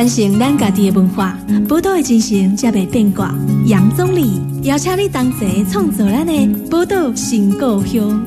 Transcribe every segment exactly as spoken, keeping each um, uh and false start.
传承咱家己的文化，宝岛的精神才袂变卦。杨总理邀请你同齐创造咱的宝岛新故乡。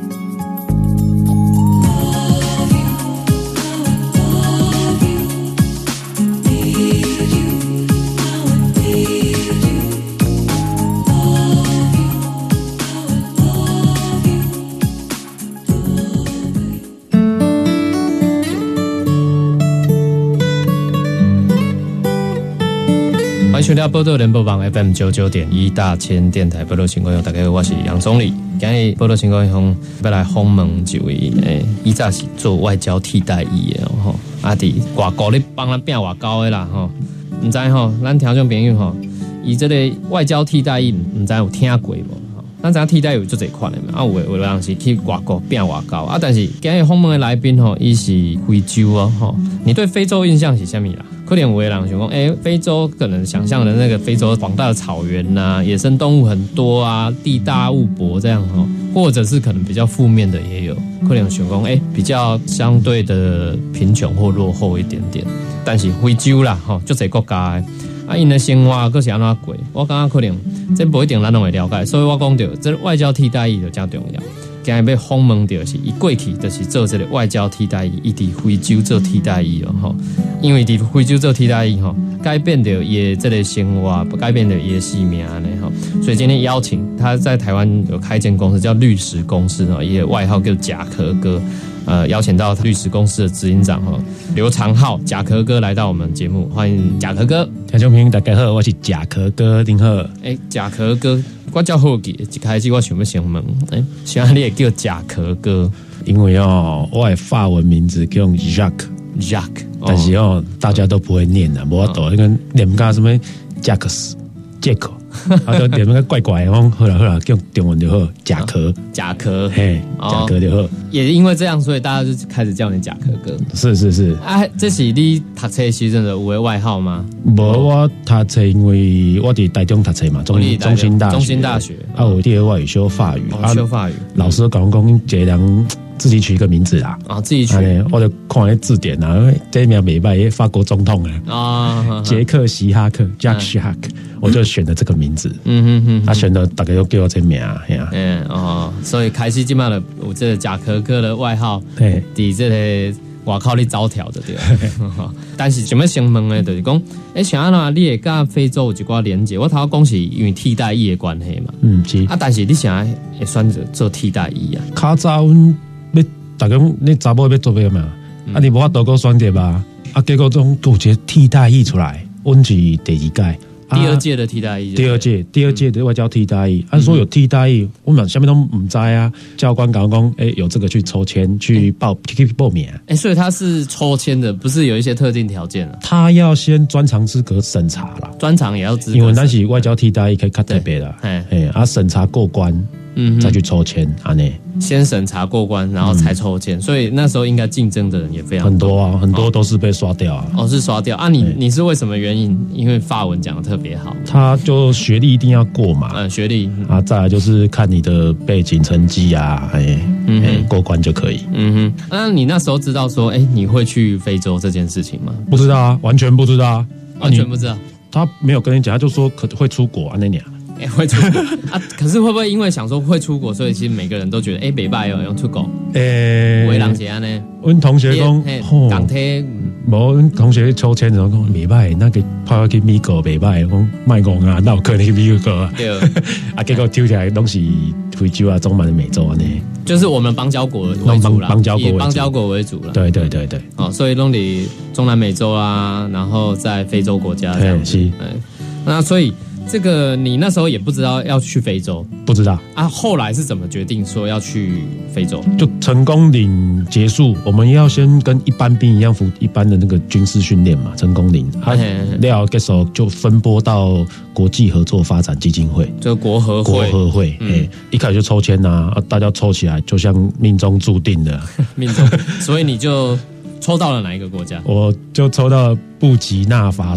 欢迎收听报道联播网 F M 九九点一大千电台报道情况，大家好，我是杨总理。今日报道情况中要来访问一位诶，以前是做外交替代役的吼，啊，伫外国咧帮咱拼外交的啦吼，唔知吼，咱听众朋友吼，以这个外交替代役，唔知有听过无？咱知替代有做这款的嘛？啊，有的有的人是去外国拼外交啊，但是今日访问的来宾吼，伊是非洲哦吼，你对非洲印象是什么啦？可能有的人想说，哎，非洲可能想象的那个非洲广大的草原呐、啊，野生动物很多啊，地大物博这样哈，或者是可能比较负面的也有，可能想说，哎，比较相对的贫穷或落后一点点。但是非洲啦，哈，就这国家的啊，因的生活佫是安怎过，我感觉可能这不一定咱拢会了解，所以我讲到这外交替代役就真重要。今日要访问到是伊过去就是做这个外交替代役，伊伫非洲做替代役哦吼，因为伫非洲做替代役吼，改变到伊这个生活，改变到伊的性命安尼吼，所以今天邀请他在台湾有开间公司叫绿石公司哦，伊的外号叫甲壳哥。呃，邀请到绿石公司的执行长哈刘长浩甲壳哥来到我们节目，欢迎甲壳哥。 听众朋友大家好，我是甲壳哥林鹤。 哎，甲壳哥，我叫好奇，一开始我想要先问，哎，想要你也叫甲壳哥， 因为哦，我的法文名字叫 Jacques，Jacques， 但是哦，大家都不会念的，无法度，那个念不到什么 Jacques、Jack。啊，就点那个怪怪的，讲好啦好啦，叫中文就好，甲壳， 甲壳， 嘿，甲壳就好。 也因为这样，所以大家就开始叫你甲壳哥。 是是是。 啊，这是你读册时阵的有的外号吗？ 无，我读册，因为我伫台中读册嘛，中中兴大学， 中兴大学。 啊，我第二外语修法语， 哦，修法语。 老师讲讲，一个人自己取一个名字啦。 啊，自己取。 我就看那字典啊，这名袂歹，法国总统啊，啊，捷克希哈克 ，Jacques Chirac。我就选了这个名字，嗯哼哼，他选的大概都叫我这名啊， 嗯哦，所以开始今麦的有这个甲壳哥的外号，对，伫这个外口你招条的对，但是什么想问的，就是讲，哎，像安那你会甲非洲有一寡连结，我头讲是因为替代役的关系嘛，嗯是，啊，但是你想会选择做替代役啊？ 较早阮要大家你查某要做咩嘛？啊，你无法度个选择吧？啊，结果种有一个替代役出来，阮是第二届。 第二届的替代役， 第二届第二届的外交替代役，按、嗯啊、说有替代役，我们下面都唔知啊。教官讲讲，哎、欸，有这个去抽签去报去报名，哎、 欸，所以他是抽签的，不是有一些特定条件啊。 他要先专长资格审查啦， 专长也要资格， 因为那是外交替代役可以较特别啦，哎哎，啊审查过关，嗯，再去抽签，安尼。 先审查过关，然后才抽签、嗯，所以那时候应该竞争的人也非常多很多啊，很多都是被刷掉啊。 哦，是刷掉啊你？你你是为什么原因？因为法文讲的特别好， 他就学历一定要过嘛， 嗯，学历啊，再来就是看你的背景成绩啊，哎、嗯欸，过关就可以。 嗯哼，那你那时候知道说，哎、欸，你会去非洲这件事情吗？ 不知道啊，完全不知道啊， 完全不知道。 他没有跟你讲，他就说可会出国啊那年。 欸、会出国啊？可是会不会因为想说会出国，所以其实每个人都觉得哎，袂歹哦，用出国。诶、欸，有的人是安尼。 阮同学讲， 港铁， 无阮同学抽签就讲袂歹，那个跑去美国袂歹，讲卖讲啊，那有可能去美国啊？对。啊，结果抽起来拢是非洲啊、中南美洲安尼。 就是我们邦交国为主啦， 邦交国以邦交国为主啦。 对对对对。 哦，所以拢伫中南美洲啊，然后在非洲国家这样子。是。那所以。这个你那时候也不知道要去非洲， 不知道啊。后来是怎么决定说要去非洲？ 就成功岭结束，我们要先跟一般兵一样服一般的那个军事训练嘛。成功岭，啊，料结束就分拨到国际合作发展基金会， 就国合会。 国合会，嗯欸、一开始就抽签呐、啊，大家抽起来就像命中注定的， 命中。所以你就抽到了哪一个国家？ 我就抽到了布吉纳法索。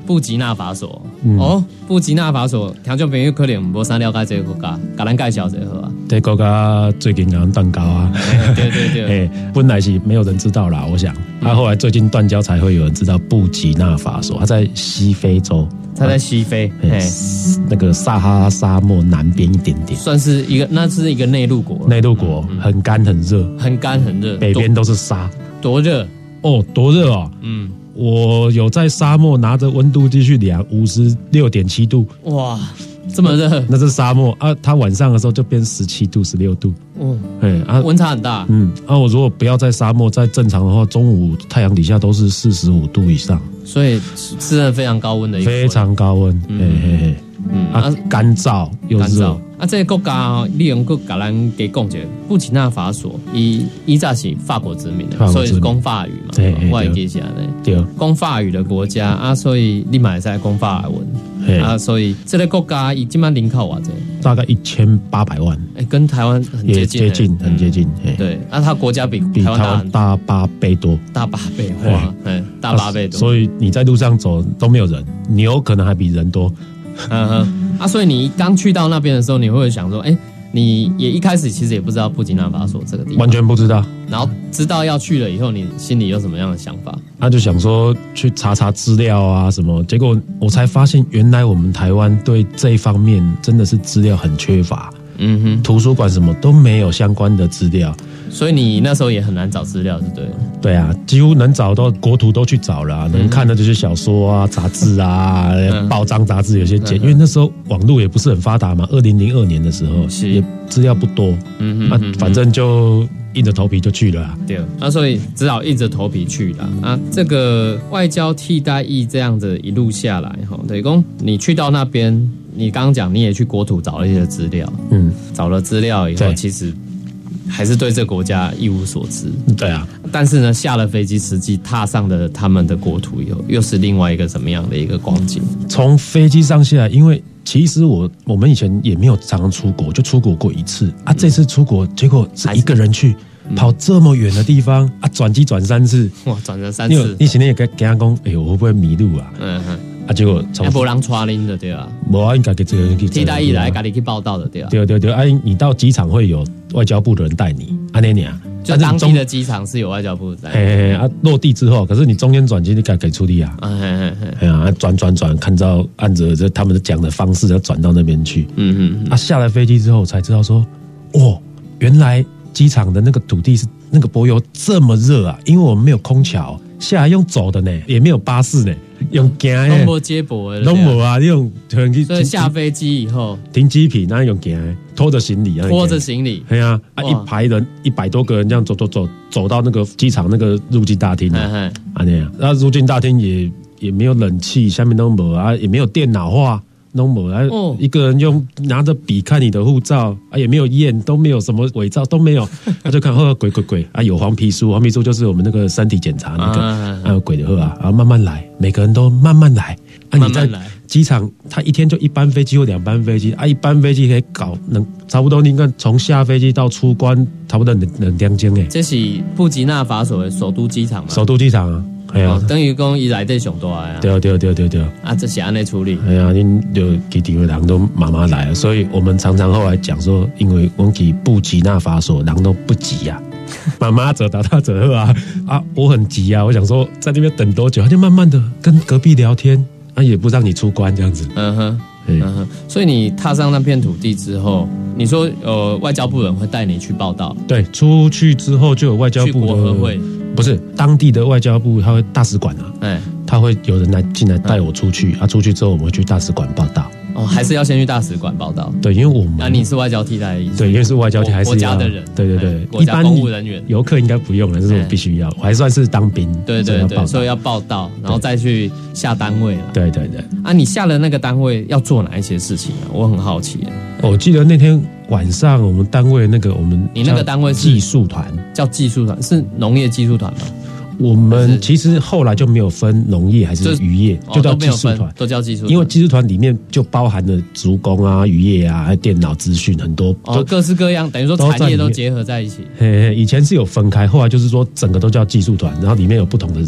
布吉纳法索、 嗯、 哦，布吉纳法索，听众朋友可能无啥了解这个国家，给咱介绍一下好啊。 这个国家最近刚断交啊， 对对对， 欸、本来是没有人知道啦，我想，他、嗯啊、后来最近断交才会有人知道布吉纳法索，他在西非洲。 它在西非， 欸、那个撒哈拉沙漠南边一点点， 算是一个，那是一个内陆国， 内陆国、嗯、很干很热， 很干很热， 北边都是沙， 多热哦，多热哦，嗯，我有在沙漠拿着温度计去量，五十六点七度， 哇，这么热， 那是沙漠啊，它晚上的时候就变十七度、十六度，哦，哎啊， 温差很大， 嗯，啊，我如果不要在沙漠，在正常的话，中午太阳底下都是四十五度以上。 所以是真的非常高温的一个， 非常高温，嗯嘿嘿，嗯啊，干燥又热啊。这个国家哦，你用个甲咱给讲者，布吉纳法索，伊伊早是法国殖民的，所以是讲法语嘛， 对， 我也记起来嘞， 对， 讲法语的国家啊，所以你嘛会使讲法文啊，所以这个国家伊今晚人口偌济， 大概一千八百万， 哎，跟台湾很接近， 接近，很接近， 对，啊，它国家比比台湾大八倍多， 大八倍哇，哎，大八倍多， 所以你在路上走都没有人，牛可能还比人多。 嗯哼，啊，所以你刚去到那边的时候，你会想说，哎、欸，你也一开始其实也不知道布吉纳法索这个地方， 完全不知道。 然后知道要去了以后，你心里有什么样的想法？ 那就想说去查查资料啊什么，结果我才发现，原来我们台湾对这一方面真的是资料很缺乏。嗯哼，图书馆什么都没有相关的资料。 所以你那时候也很难找资料，是对的。 对啊，几乎能找到国图都去找了、啊，能看的就是小说啊、杂志啊、嗯、报章杂志有些简、嗯，因为那时候网络也不是很发达嘛。二零零二年的时候，也资料不多，嗯哼，啊，反正就硬着头皮就去了、啊。 对，那所以只好硬着头皮去了啊。这个外交替代役这样子一路下来，哈，等于说你去到那边，你刚刚讲你也去国土找了一些资料，嗯，找了资料以后，其实。还是对这个国家一无所知， 对啊。 但是呢，下了飞机，实际踏上了他们的国土以后，又是另外一个什么样的一个光景？ 从飞机上下来，因为其实我我们以前也没有常常出国，就出国过一次啊。这次出国，结果是一个人去。跑这么远的地方啊，转机转三次， 哇，转了三次。 你前天也跟跟他讲，哎呦，我会不会迷路啊？嗯哼。啊，结果从没人带你的对啊， 没啊，应该给这个人去替代役来，赶紧去报道的对啊。 对对对，啊，你到机场会有外交部的人带你，啊那年啊， 就当地的机场是有外交部带。 嘿嘿啊，落地之后，可是你中间转机你该给处理啊。啊嘿嘿嘿，哎呀，转转转，看到按着这他们讲的方式要转到那边去。嗯嗯。啊，下了飞机之后才知道说，哦，原来机场的那个土地是那个柏油这么热啊，因为我们没有空桥。下来用走的呢，也没有巴士呢，用走的。 都没接驳的， 都没啊！你用所以下飞机以后停机坪，那用走的，拖着行李啊， 拖着行李。 对啊，啊一排人一百多个人这样走走走走到那个机场那个入境大厅啊，啊那样，那入境大厅也也没有冷气，下面都没啊，也没有电脑化。都没啊，一个人用拿着笔看你的护照啊，也没有验，都没有什么伪造，都没有，他就看哦，鬼鬼鬼啊，有黄皮书，黄皮书就是我们那个身体检查那个，啊，有鬼的喝啊，然后慢慢来，每个人都慢慢来啊，你在机场，他一天就一班飞机或两班飞机啊，一班飞机可以搞能差不多，你看从下飞机到出关，差不多能能两钟诶。 这是布吉纳法索的首都机场嘛？ 首都机场啊。哎呀、 哦，等于讲伊内底上大啊！ 对对对对对。 啊，这是安尼处理。 哎呀，恁就其他的人都慢慢来，所以我们常常后来讲说，因为我们去布吉纳法索，人都不急呀、啊，妈妈走打打走啊啊，我很急啊，我想说在那边等多久，他就慢慢的跟隔壁聊天，啊，也不让你出关这样子。嗯哼， 嗯哼。所以你踏上那片土地之后，你说呃，外交部人会带你去报道。 对，出去之后就有外交部的。去国合会。不是当地的外交部，他会大使馆啊，哎，他会有人来进来带我出去、嗯、啊，出去之后我们会去大使馆报道。 哦，还是要先去大使馆报道。 对，因为我们啊，你是外交替代役， 对，因为是外交替代，还是国家的人， 对对对， 国家公务人员， 游客应该不用了，这是我必须要，我还算是当兵， 对对对，所以要报道，然后再去下单位了。 对对对， 啊，你下了那个单位要做哪一些事情啊？我很好奇。 我记得那天晚上我们单位那个我们， 你那个单位是技术团， 叫技术团，是农业技术团吗？ 我们其实后来就没有分农业还是渔业，就叫技术团， 都叫技术团。 因为技术团里面就包含了竹工啊、渔业啊、还有电脑资讯很多， 哦，各式各样，等于说产业都结合在一起。 嘿嘿，以前是有分开，后来就是说整个都叫技术团，然后里面有不同的人。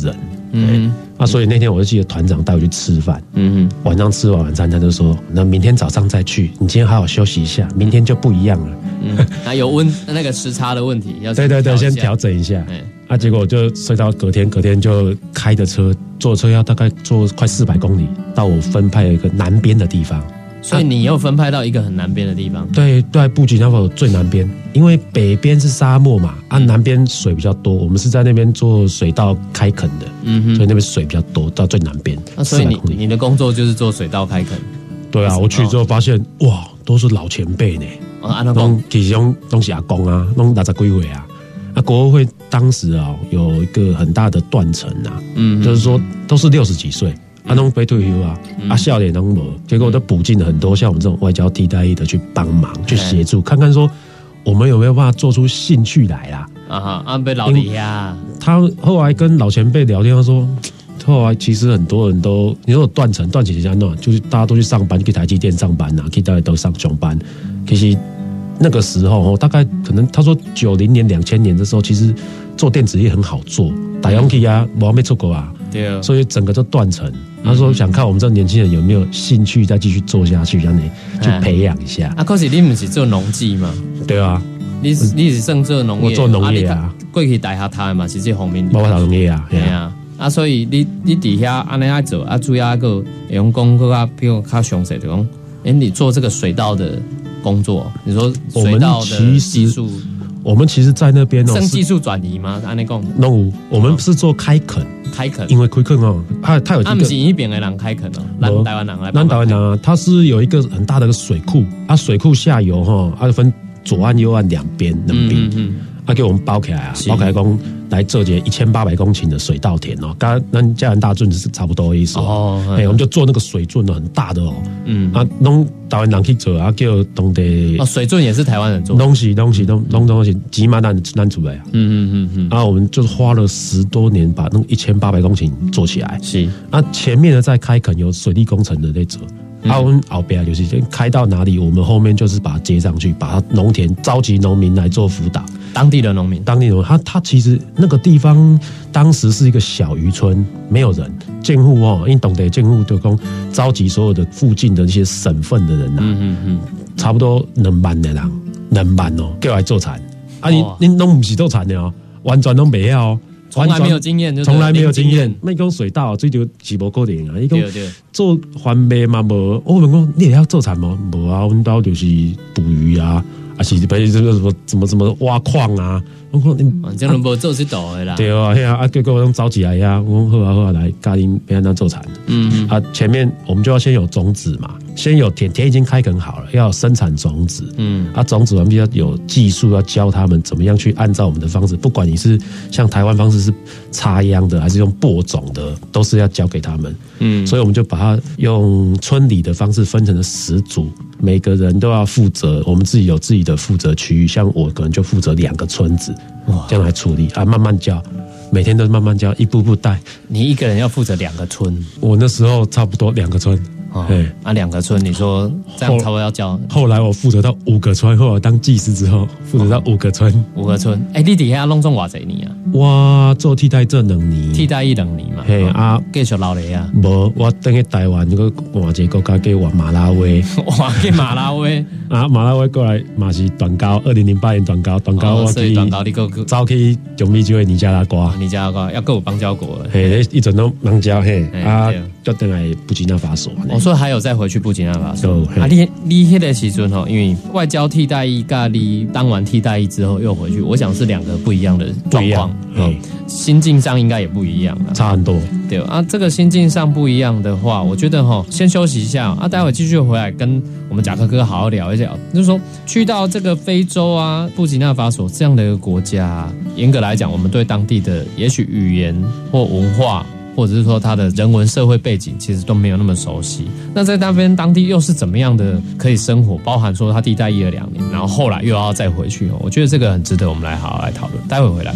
嗯啊，所以那天我就记得团长带我去吃饭，嗯哼，晚上吃完晚餐他就说，那明天早上再去，你今天好好休息一下，明天就不一样了。 嗯，啊有温那个时差的问题，要对对对，先调整一下。啊，结果我就睡到隔天，隔天就开着车，坐车要大概坐快四百公里，到我分派的一个南边的地方。 所以你又分派到一个很南边的地方？ 对对，布吉纳法索最南边，因为北边是沙漠嘛，啊，南边水比较多，我们是在那边做水稻开垦的，嗯哼，所以那边水比较多，到最南边。 那、啊、所以你你的工作就是做水稻开垦？ 对啊，我去之后发现，哇，都是老前辈呢，哦，按照讲，其实拢都是阿公啊，拢六十几岁啊。啊，国合会当时啊有一个很大的断层啊，嗯，就是说都是六十几岁。啊，拢被退休啊，嗯、啊，少年拢无，结果我都补进了很多像我们这种外交替代役的去帮忙，去协助，看看说我们有没有办法做出兴趣来啦。 啊哈，啊被老李呀， 他后来跟老前辈聊天，他说，后来其实很多人都，你说断层断起来那，就是大家都去上班，去台积电上班呐、啊，去大家都上上班。其实那个时候，大概可能他说九零年、两千年的时候，其实做电子业很好做，打洋气啊，我还没出国啊。 对啊， 所以整个都断层。他说想看我们这年轻人有没有兴趣再继续做下去，让你去培养一下。 啊，可是你不是做农技吗？ 对啊， 你你是算做农业？ 我做农业啊， 过去大下台嘛，是这方面。 包括农业啊， 对啊。啊，所以你你底下安尼爱做啊，主要个用工个啊，比如较详细的讲，哎，你做这个水稻的工作，你说水稻的技术。 我们其实，在那边哦， 是技术转移吗？按你讲 ，no， 我们是做开垦， 开垦， 因为开垦哦，它它有一个， 他们是一边的人开垦哦，咱台湾人来， 咱台湾人啊，它是有一个很大的个水库，啊，水库下游哈，它分左岸右岸两边两边，嗯嗯，啊，给我们包起来啊，包起来讲来做这一千八百公顷的水稻田哦，跟咱嘉南大圳是差不多的意思哦，哎，我们就做那个水圳的很大的哦，嗯，啊，弄台湾人去做啊，叫当地哦，水圳也是台湾人做， 东西东西弄弄东西，几马难难出来啊，嗯嗯嗯嗯，啊，我们就是花了十多年把那一千八百公顷做起来， 是， 啊，前面呢在开垦有水利工程的在做。啊，我们后边就是开到哪里，我们后面就是把它接上去，把它农田召集农民来做辅导， 当地的农民， 当地农民，他他其实那个地方当时是一个小渔村，没有人，建户哦，因为懂得建户就讲召集所有的附近的一些省份的人呐、啊，嗯嗯嗯，差不多两万的人，两万哦，叫来做产，啊你你拢不是做产的哦，完全都没有哦。 从来没有经验， 从来没有经验。那讲水稻追求是无可能啊！伊讲做环卖嘛无，我问讲你也要做产吗？无啊，我们到就是捕鱼啊，还是比如这个什么什么什么挖矿啊。我讲你反正无做是倒的啦。 对啊，嘿啊，啊结果我招起来呀，我讲好啊好啊，来家庭别让他做产。嗯啊，前面我们就要先有种子嘛，先有田田已经开垦好了，要生产种子。嗯，啊种子我们就要有技术，要教他们怎么样去按照我们的方式，不管你是像台湾方式是插秧的，还是用播种的，都是要教给他们。嗯，所以我们就把它用村里的方式分成了十组，每个人都要负责，我们自己有自己的负责区域，像我可能就负责两个村子，这样来处理啊，慢慢教。每天都慢慢教，一步步带。 你一个人要负责两个村？ 我那时候差不多两个村。 哦，啊，两个村，你说这样差不多要教？ 后来我负责到五个村，后来当技师之后，负责到五个村。 五个村，哎、欸，你底下弄中偌济年啊？ 我做替代这两年， 替代役两年嘛。 嘿啊， 继续留咧啊？ 无，我等去台湾那个换一个国家叫马拉维。 哇，去马拉维啊，马拉维过来嘛是断交，二零零八年断交，断交我去断交，你个走去中美洲的尼加拉瓜， 尼加拉瓜要跟有邦交国。 嘿，一直都邦交嘿啊，就等来布吉纳法索。 我说还有再回去布吉纳法索啊，你你迄个时阵吼，因为外交替代役，咖你当完替代役之后又回去，我想是两个不一样的状况，嗯，心境上应该也不一样啊， 差很多。 对啊，这个心境上不一样的话，我觉得哈，先休息一下啊，待会继续回来跟我们贾克哥好好聊一聊。就是说，去到这个非洲啊，布吉纳法索这样的一个国家、啊，严格来讲，我们对当地的也许语言或文化，或者是说他的人文社会背景，其实都没有那么熟悉。那在那边当地又是怎么样的可以生活？包含说他替代役了两年，然后后来又要再回去，我觉得这个很值得我们来好好来讨论。待会回来。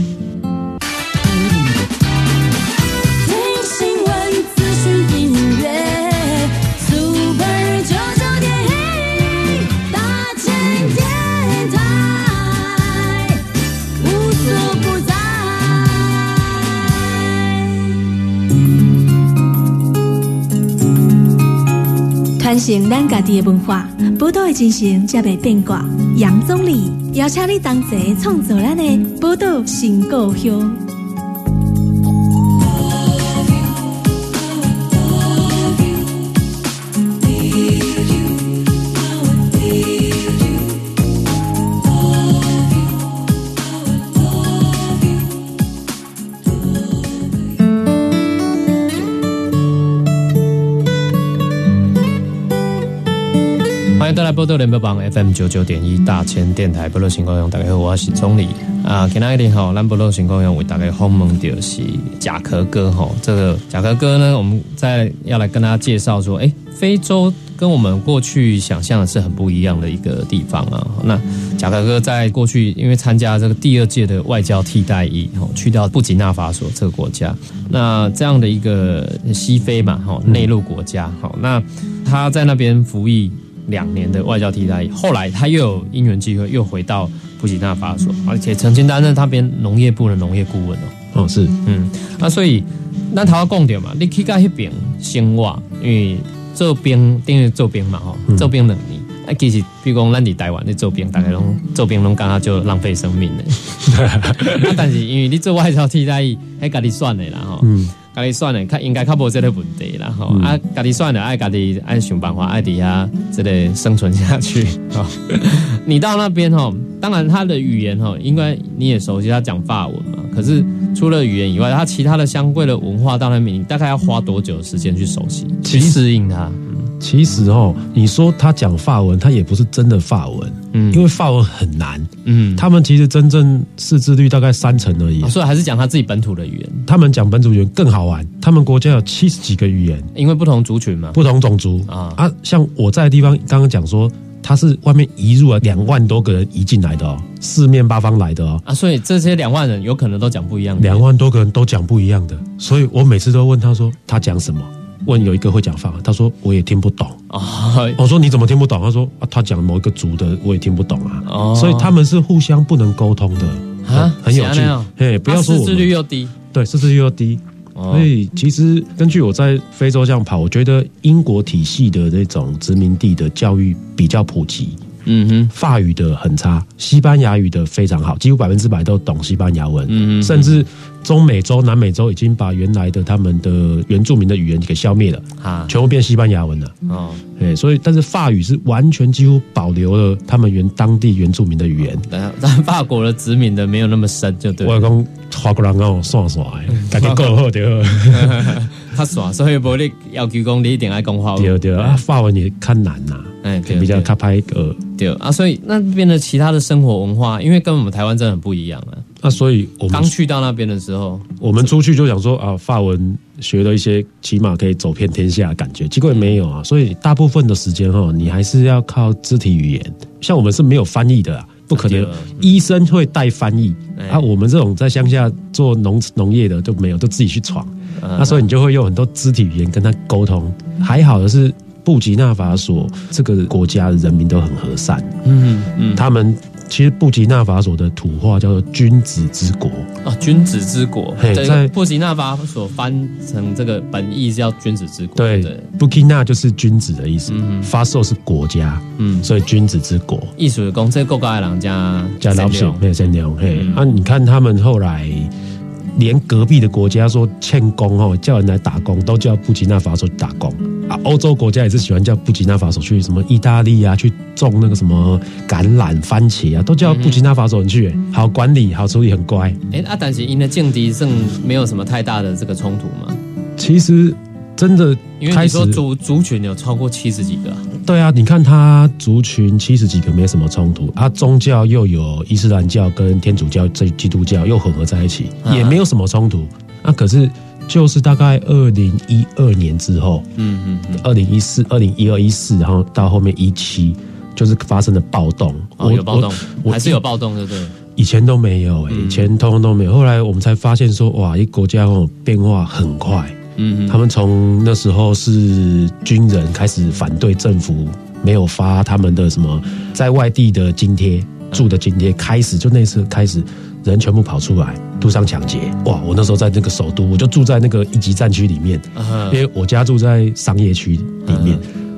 传承咱家己的文化，宝岛的精神才袂变卦。杨总理邀请你同齐创造咱的宝岛新故乡。 欢迎回来波多联播网 F M 九九点一大千电台波多新故乡，大家好，我是总理啊。今天好，咱波多新故乡为大家访问到是甲壳哥哈。这个甲壳哥呢，我们再要来跟大家介绍说，哎，非洲跟我们过去想象的是很不一样的一个地方啊。那甲壳哥在过去因为参加这个第二届的外交替代役，去到布吉纳法索这个国家，那这样的一个西非嘛，哈，内陆国家，好，那他在那边服役两年的外交替代役，后来他又有因缘机会又回到布吉纳法索，而且曾经担任那边农业部的农业顾问哦。 哦，是， 嗯，那所以咱头要讲到嘛，你去到那边生活，因为做兵等于做兵嘛吼，做兵两年。啊，其实比如讲咱伫台湾咧做兵，大家拢做兵拢感觉就浪费生命咧。啊，但是因为你做外交替代役，迄家己选的啦吼。嗯。家己选的，较应该较无这个问题啦吼、嗯。啊，家己选的爱家己爱想办法，爱底下这个生存下去。哦、你到那边吼，当然他的语言吼，因为你也熟悉，他讲法文嘛。可是除了语言以外，他其他的相关的文化到那边，你大概要花多久的时间去熟悉、去适应它？ 其实哦，你说他讲法文，他也不是真的法文，嗯，因为法文很难，嗯，他们其实真正识字率大概三成而已、 哦，所以还是讲他自己本土的语言。 他们讲本土语言更好玩，他们国家有七十几个语言， 因为不同族群嘛， 不同种族啊啊，像我在的地方，刚刚讲说。他是外面移入了两万多个人移进来的哦，四面八方来的哦啊，所以这些两万人有可能都讲不一样的， 两万多个人都讲不一样的，所以我每次都问他说他讲什么，问有一个会讲法文，他说我也听不懂哦，我说你怎么听不懂？他说啊，他讲某一个族的我也听不懂啊，哦，所以他们是互相不能沟通的啊，很有趣，嘿，不要说我们识字率又低， 对，识字率又低。所以其实根据我在非洲这样跑，我觉得英国体系的那种殖民地的教育比较普及。嗯哼，法语的很差，西班牙语的非常好，几乎百分之百都懂西班牙文。嗯哼，甚至中美洲、南美洲已经把原来的他们的原住民的语言给消灭了，啊，全部变西班牙文了。哦，对，所以但是法语是完全几乎保留了他们原当地原住民的语言。 但法国的殖民的没有那么深，就对了。 我讲法国人哦，耍耍的，自己过好就好。 他耍，所以无你要求讲你一定爱讲法文。 对对啊，法文也看难呐。哎，比较卡拍个对啊，所以那边的其他的生活文化，因为跟我们台湾真的很不一样啊。 那所以我们刚去到那边的时候， 我们出去就想说啊，法文学了一些，起码可以走遍天下的感觉，结果没有啊。所以大部分的时间哈，你还是要靠肢体语言。像我们是没有翻译的啊，不可能。医生会带翻译啊，我们这种在乡下做农农业的就没有，就自己去闯。那所以你就会用很多肢体语言跟他沟通。还好的是。布吉纳法索这个国家的人民都很和善，嗯嗯，他们其实布吉纳法索的土话叫做君子之国啊，君子之国，在布吉纳法索翻成这个本意叫君子之国， 对对，布吉纳就是君子的意思，嗯，法索是国家，嗯，所以君子之国， 意思是讲这国家的人家加老百姓，对，善良，嘿，啊，你看他们后来。连隔壁的国家说欠工哦，叫人来打工，都叫布吉纳法索去打工啊。欧洲国家也是喜欢叫布吉纳法索去什么意大利啊，去种那个什么橄榄、番茄啊，都叫布吉纳法索人去，好管理、好处理，很乖。 哎、欸、啊，但是因的境地上没有什么太大的这个冲突嘛。 其实真的， 因为你说族族群有超过七十几个、啊。 对啊，你看他族群七十几个没什么冲突啊，宗教又有伊斯兰教跟天主教、基督教又混合在一起，也没有什么冲突啊。可是就是大概二零一二年之后，嗯嗯嗯，二零一四、二零一二、一四，然后到后面一七，就是发生了暴动。 哦，有暴动，还是有暴动，对不对？ 以前都没有、欸，以前通通都没有。后来我们才发现说，哇，一国家哦变化很快。嗯，他们从那时候是军人开始反对政府没有发他们的什么在外地的津贴、住的津贴，开始就那次开始人全部跑出来，路上抢劫。哇！我那时候在那个首都，我就住在那个一级战区里面，因为我家住在商业区里面。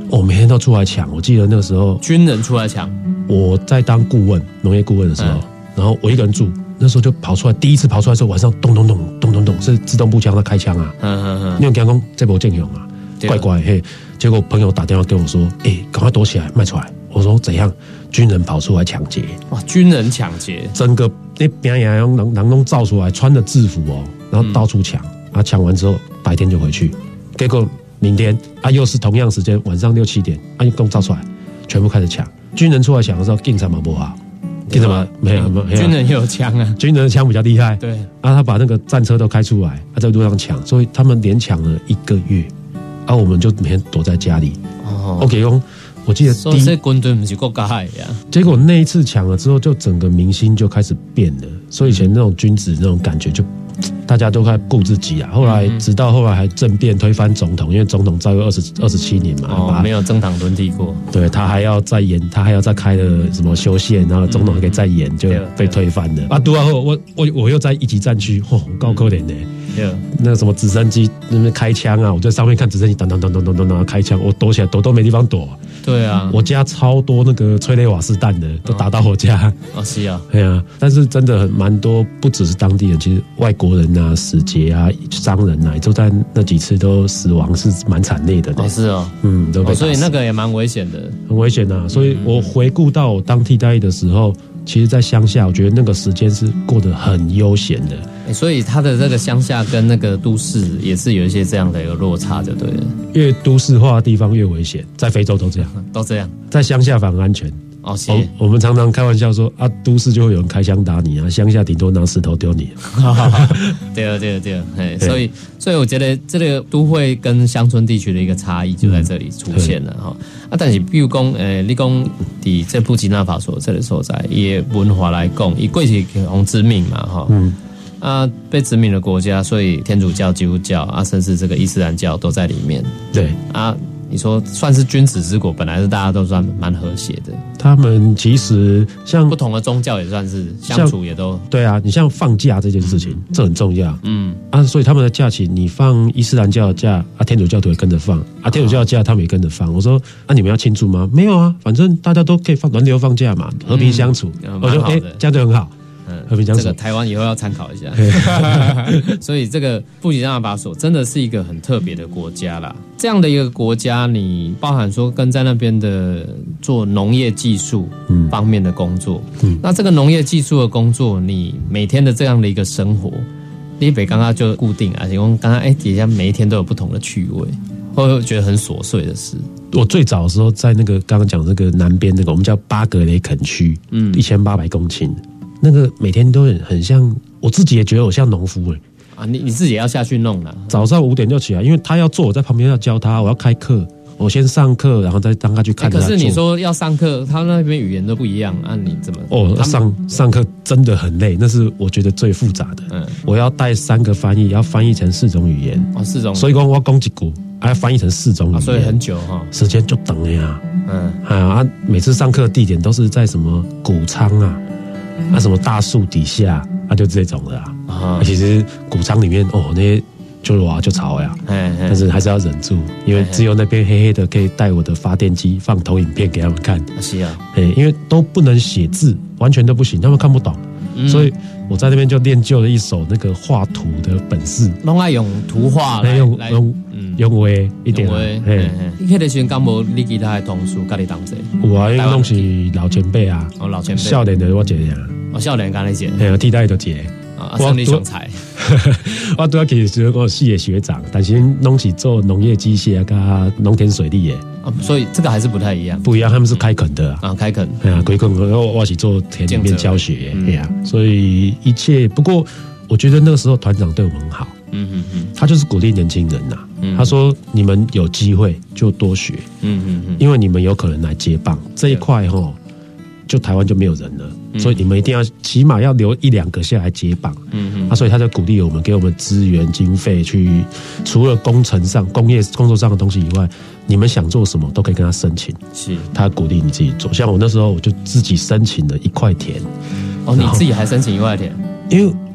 我、哦、每天都出来抢。我记得那个时候军人出来抢，我在当顾问，农业顾问的时候，嗯、然后我一个人住，那时候就跑出来，第一次跑出来的时候，晚上咚咚咚咚咚咚，是自动步枪在开枪啊，嗯嗯嗯，你有讲讲这波见勇啊，怪怪嘿。结果朋友打电话跟我说，哎、欸，赶快躲起来，卖出来。我说怎样？军人跑出来抢劫！ 哇，军人抢劫， 整个那边呀，用人人都照出来，穿着制服哦，然后到处抢。嗯、啊，抢完之后白天就回去，结果明天啊又是同样时间，晚上六七点，啊又都照出来，全部开始抢。军人出来抢的时候，警察嘛不好，警察嘛没有没有， 军人也有枪啊， 军人的枪比较厉害。 对， 啊，他把那个战车都开出来，他在路上抢，所以他们连抢了一个月。啊，我们就每天躲在家里。哦 ，OK， 用我记得第一， 所以军队不是国家害呀。 结果那一次抢了之后，就整个民心就开始变了。所以以前那种君子那种感觉就，就大家都在顾自己啊。后来直到后来还政变推翻总统，因为总统在位二十二十七年嘛， 哦，没有政党轮替过。 对，他还要再延，他还要再开了什么修宪，然后总统还可以再延，就被推翻了。啊，读完后我我我又在一级战区，哦，高可怜的。那个什么直升机那边开枪啊，我在上面看直升机当当当当当当当开枪，我躲起来躲都没地方躲。 对啊， 我家超多那个催泪瓦斯弹的，都打到我家。 哦，是啊， 对啊，但是真的很蛮多，不只是当地人，其实外国人啊、使节啊、商人啊，都在那几次都死亡，是蛮惨烈的。 哦，是哦， 嗯，都被打死。 哦，所以那个也蛮危险的， 很危险啊。所以我回顾到我当替代役的时候。其实，在乡下，我觉得那个时间是过得很悠闲的。 欸、所以，他的这个乡下跟那个都市也是有一些这样的一个落差，就对了。 越都市化的地方越危险，在非洲都这样， 都这样。在乡下反而安全。 哦，是。 我们常常开玩笑说啊，都市就会有人开枪打你啊，乡下顶多拿石头丢你。 对啊，对啊，对啊。对，所以，所以我觉得这个都会跟乡村地区的一个差异就在这里出现了哈。嗯、啊，但是比如讲，呃，你讲伫这布吉纳法索这个所在，以文化来讲，以过去红殖民嘛哈。嗯。啊，被殖民的国家，所以天主教、基督教啊，甚至这个伊斯兰教都在里面。 对啊。你说算是君子之国，本来是大家都算蛮和谐的。 他们其实像不同的宗教也算是相处也都对啊。你像放假这件事情，嗯、这很重要。嗯啊，所以他们的假期，你放伊斯兰教的假啊，天主教徒也跟着放啊，天主教的假他们也跟着放。我说啊，你们要庆祝吗？没有啊，反正大家都可以放轮流放假嘛，和平相处。嗯、我说哎、欸，这样就很好。 嗯，和平相处，这个台湾以后要参考一下。所以这个布吉纳法索真的是一个很特别的国家啦。这样的一个国家，你包含说跟在那边的做农业技术方面的工作，嗯，那这个农业技术的工作，你每天的这样的一个生活，你北刚刚就固定，而且我刚刚哎底下每一天都有不同的趣味，会不会觉得很琐碎的事？ 我最早的时候在那个刚刚讲这个南边那个我们叫巴格雷肯区，嗯，一千八百公顷。那个每天都很很像，我自己也觉得我像农夫哎、 欸、啊！你你自己也要下去弄啦。 早上五点就起来，因为他要做，我在旁边要教他，我要开课，我先上课，然后再让他去看他做。 可是你说要上课，他那边语言都不一样啊，你怎么？ 哦，上上课真的很累，那是我觉得最复杂的。嗯，我要带三个翻译，要翻译成四种语言。 哦，四种。所以讲我讲一句，还要翻译成四种语言，啊、 所以很久哈、哦， 时间就等了呀。嗯，啊，每次上课地点都是在什么谷仓啊。啊，什么大树底下啊，就这种的啊。啊其实谷仓里面哦，那些就哇就吵呀，但是还是要忍住，因为只有那边黑黑的可以带我的发电机放投影片给他们看。 是啊， 因为都不能写字，完全都不行，他们看不懂，嗯、所以我在那边就练就了一手那个画图的本事。 拢爱用图画来用用用画一点。 嘿，你迄个时阵敢无你其他的同事甲你同齐？ 有啊，因为拢是老前辈啊。 哦，老前辈。 少年的我一个啊。 哦，少年甲你一个。 嘿，替代就一个。 啊，胜利雄才。 我拄仔其实我四个学长，但是拢是做农业机械甲农田水利的。 啊，所以这个还是不太一样。 不一样，他们是开垦的啊。 啊，开垦。 哎呀，开垦，我我是做田里面教学，哎呀，所以一切不过。我觉得那个时候团长对我们很好，嗯嗯嗯，他就是鼓励年轻人呐、啊嗯，他说你们有机会就多学，嗯嗯嗯，因为你们有可能来接棒这一块哈，就台湾就没有人了、嗯，所以你们一定要起码要留一两个下来接棒，嗯嗯，啊，所以他就鼓励我们，给我们资源经费去，除了工程上、工业工作上的东西以外，你们想做什么都可以跟他申请，是，他鼓励你自己做。像我那时候我就自己申请了一块田， 哦，你自己还申请一块田？ 因为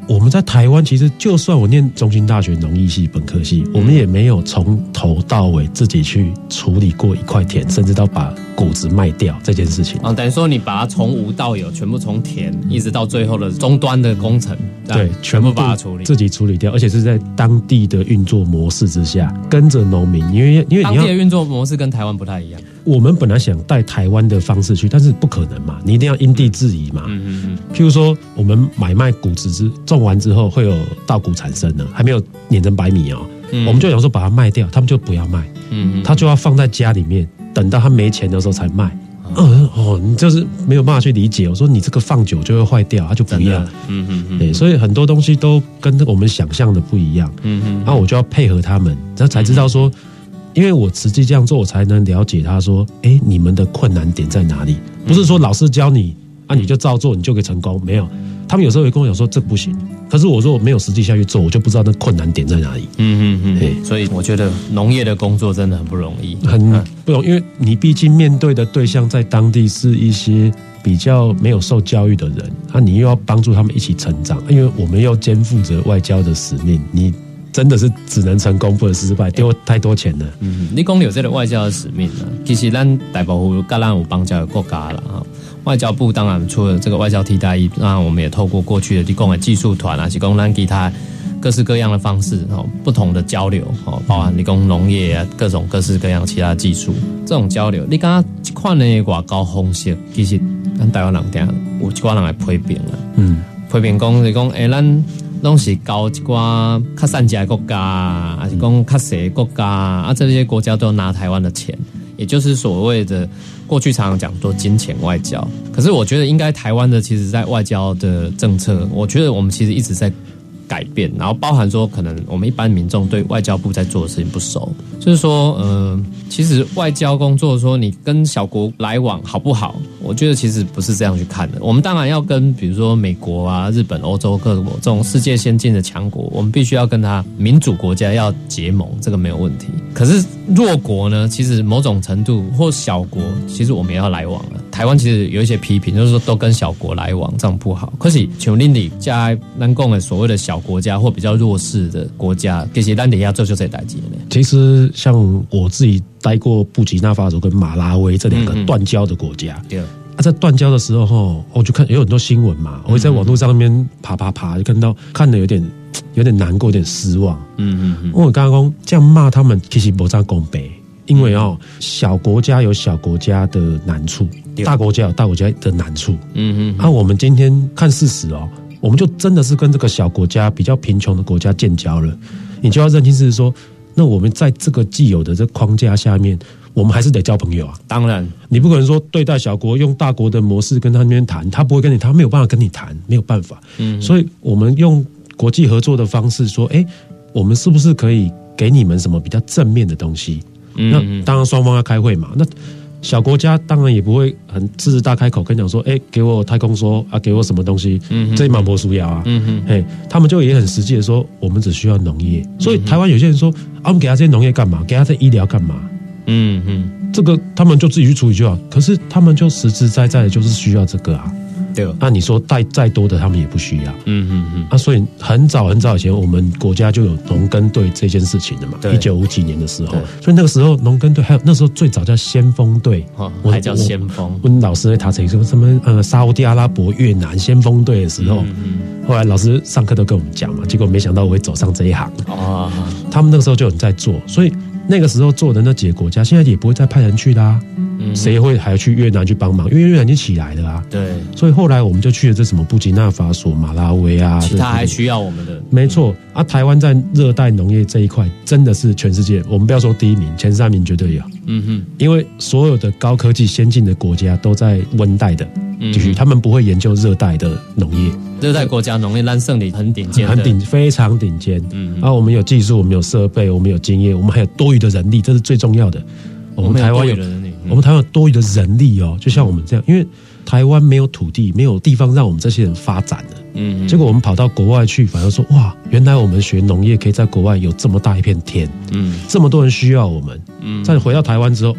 我们在台湾，其实就算我念中兴大学农艺系本科系，我们也没有从头到尾自己去处理过一块田，甚至到把谷子卖掉这件事情。 啊，等于说你把它从无到有，全部从田一直到最后的终端的工程， 对，全部把它处理， 自己处理掉，而且是在当地的运作模式之下，跟着农民，因为因为当地的运作模式跟台湾不太一样。 我们本来想带台湾的方式去，但是不可能嘛，你一定要因地制宜嘛。嗯嗯嗯。譬如说，我们买卖谷子之种完之后，会有稻谷产生了，还没有碾成白米哦，嗯、我们就想说把它卖掉，他们就不要卖，嗯嗯，他就要放在家里面，等到他没钱的时候才卖。嗯哦，你就是没有办法去理解。我说你这个放久就会坏掉，他就不要。嗯嗯嗯。对，所以很多东西都跟我们想象的不一样。嗯嗯。然后我就要配合他们，然后才知道说。因为我实际这样做，我才能了解他说，哎，你们的困难点在哪里？不是说老师教你啊，你就照做，你就可以成功。没有，他们有时候会跟我讲说这不行。可是我说我没有实际下去做，我就不知道那困难点在哪里。嗯嗯嗯。所以我觉得农业的工作真的很不容易， 很不容易，因为你毕竟面对的对象在当地是一些比较没有受教育的人，啊，你又要帮助他们一起成长，因为我们又肩负着外交的使命，你。真的是只能成功不能失败，丢太多钱了。 嗯，你讲有这个外交的使命呢，其实咱大部分跟咱有邦交的国家了哈。外交部当然除了这个外交替代役，那我们也透过过去的提供的技术团啊，提供咱其他各式各样的方式哦，不同的交流哦，包含提供农业啊，各种各式各样其他技术这种交流。你刚刚这款的外交方式，其实咱台湾人定有一寡人来批评啊，嗯，批评讲是讲诶，咱。拢是交一寡较善价的国家，还是讲较小的国家啊？这些国家都拿台湾的钱，也就是所谓的过去常常讲说金钱外交。可是我觉得应该台湾的其实在外交的政策，我觉得我们其实一直在改变，然后包含说可能我们一般民众对外交部在做的事情不熟，就是说，呃，其实外交工作说你跟小国来往好不好？我觉得其实不是这样去看的。我们当然要跟比如说美国啊、日本、欧洲各国这种世界先进的强国，我们必须要跟他民主国家要结盟，这个没有问题。可是弱国呢，其实某种程度或小国，其实我们也要来往了。台湾其实有一些批评，就是说都跟小国来往，这样不好。可是像恁里加咱讲的所谓的小国家或比较弱势的国家，其实咱底下做就这代志呢。 其实像我自己待过布吉纳法索跟马拉维这两个断交的国家，对、嗯。啊，在断交的时候哈，我就看有很多新闻嘛，我会在网络上面爬爬爬，就看到看得有点有点难过，有点失望。嗯嗯嗯。我刚刚讲这样骂他们，其实不这公平。因为哦，小国家有小国家的难处，大国家有大国家的难处。嗯嗯。啊，我们今天看事实哦，我们就真的是跟这个小国家比较贫穷的国家建交了。你就要认清是说，那我们在这个既有的这框架下面，我们还是得交朋友啊。 当然， 你不可能说对待小国用大国的模式跟他那边谈，他不会跟你，他没有办法跟你谈，没有办法。嗯。所以我们用国际合作的方式说，哎，我们是不是可以给你们什么比较正面的东西？那当然双方要开会嘛，那小国家当然也不会很狮子大开口跟你讲说，哎、欸，给我太空梭啊，给我什么东西，嗯、这一满波输药啊，嗯哼，嘿，他们就也很实际的说，我们只需要农业。所以台湾有些人说，啊，我们给他这些农业干嘛？给他这医疗干嘛？嗯哼，这个他们就自己去处理就好。可是他们就实实在在的就是需要这个啊。对，那、啊、你说带再多的他们也不需要，嗯嗯嗯，啊，所以很早很早以前，我们国家就有农耕队这件事情的嘛，一九五几年的时候，所以那个时候农耕队还有那时候最早叫先锋队， 哦，还叫先锋。 我们老师在他成说什么呃沙烏地阿拉伯、越南先锋队的时候，嗯嗯，后来老师上课都跟我们讲嘛，结果没想到我会走上这一行，哦，他们那个时候就有人在做，所以那个时候做的那几个国家，现在也不会再派人去啦、啊。谁会还要去越南去帮忙？因为越南已经起来了啊。对，所以后来我们就去了这什么布吉纳法索、马拉维啊， 其他还需要我们的。 没错啊，台湾在热带农业这一块真的是全世界，我们不要说第一名，前三名绝对有。嗯哼，因为所有的高科技先进的国家都在温带的地区，他们不会研究热带的农业。 热带国家农业，咱胜利很顶尖， 很顶，非常顶尖。嗯，啊，我们有技术，我们有设备，我们有经验，我们还有多余的人力，这是最重要的。我们台湾有，我们台湾有多余的人力哦，就像我们这样，因为台湾没有土地，没有地方让我们这些人发展的。嗯，结果我们跑到国外去，反而说哇，原来我们学农业可以在国外有这么大一片天，嗯，这么多人需要我们。嗯，再回到台湾之后，哇，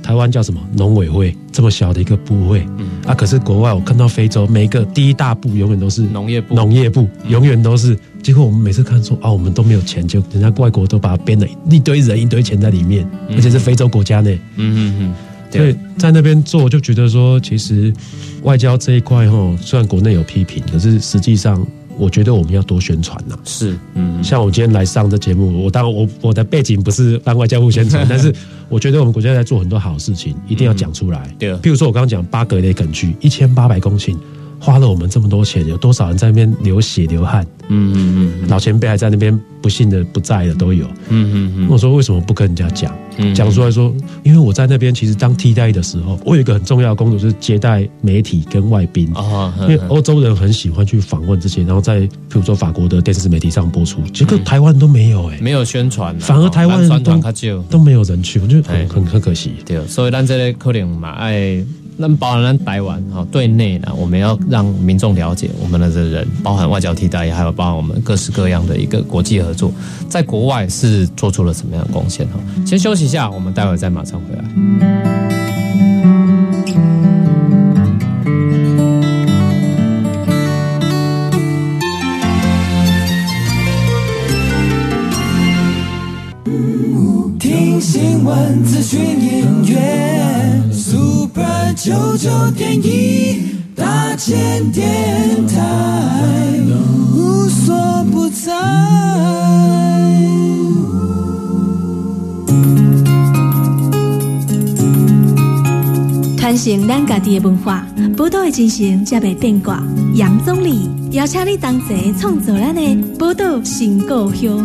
台湾叫什么农委会这么小的一个部会、嗯、啊，可是国外我看到非洲每个第一大部永远都是农业部， 农业部永远都是。结果我们每次看说啊，我们都没有钱，就人家外国都把它编了一堆人一堆钱在里面，嗯、而且是非洲国家内。嗯嗯嗯。所以在那边做，就觉得说，其实外交这一块哈，虽然国内有批评，可是实际上，我觉得我们要多宣传呐。是，嗯，像我今天来上这节目，我当然我我的背景不是当外交部宣传，但是我觉得我们国家在做很多好事情，一定要讲出来。对、嗯，譬如说我刚刚讲巴格雷垦区一千八百公顷。花了我们这么多钱，有多少人在那边流血流汗？嗯嗯嗯，老前辈还在那边不幸的不在的都有。嗯嗯嗯，我说为什么不跟人家讲？讲、嗯、出来说，因为我在那边其实当替代役的时候，我有一个很重要的工作就是接待媒体跟外宾。哦，因为欧洲人很喜欢去访问这些，然后在譬如说法国的电视媒体上播出，结果台湾都没有哎、欸， 没有宣传， 反而台湾人 都, 都没有人去，我觉得很很很可惜。 对，所以咱这个可能嘛爱。那包含咱台湾哈，对内呢，我们要让民众了解我们的人，包含外交替代役，还有包含我们各式各样的一个国际合作，在国外是做出了什么样的贡献哈？先休息一下，我们待会再马上回来。 听新闻，资讯音乐 Super 九九点一大千电台，无所不在。 传承咱家己的文化，宝岛的精神才袂变卦。杨总理邀请你同齐创造咱的宝岛新故乡。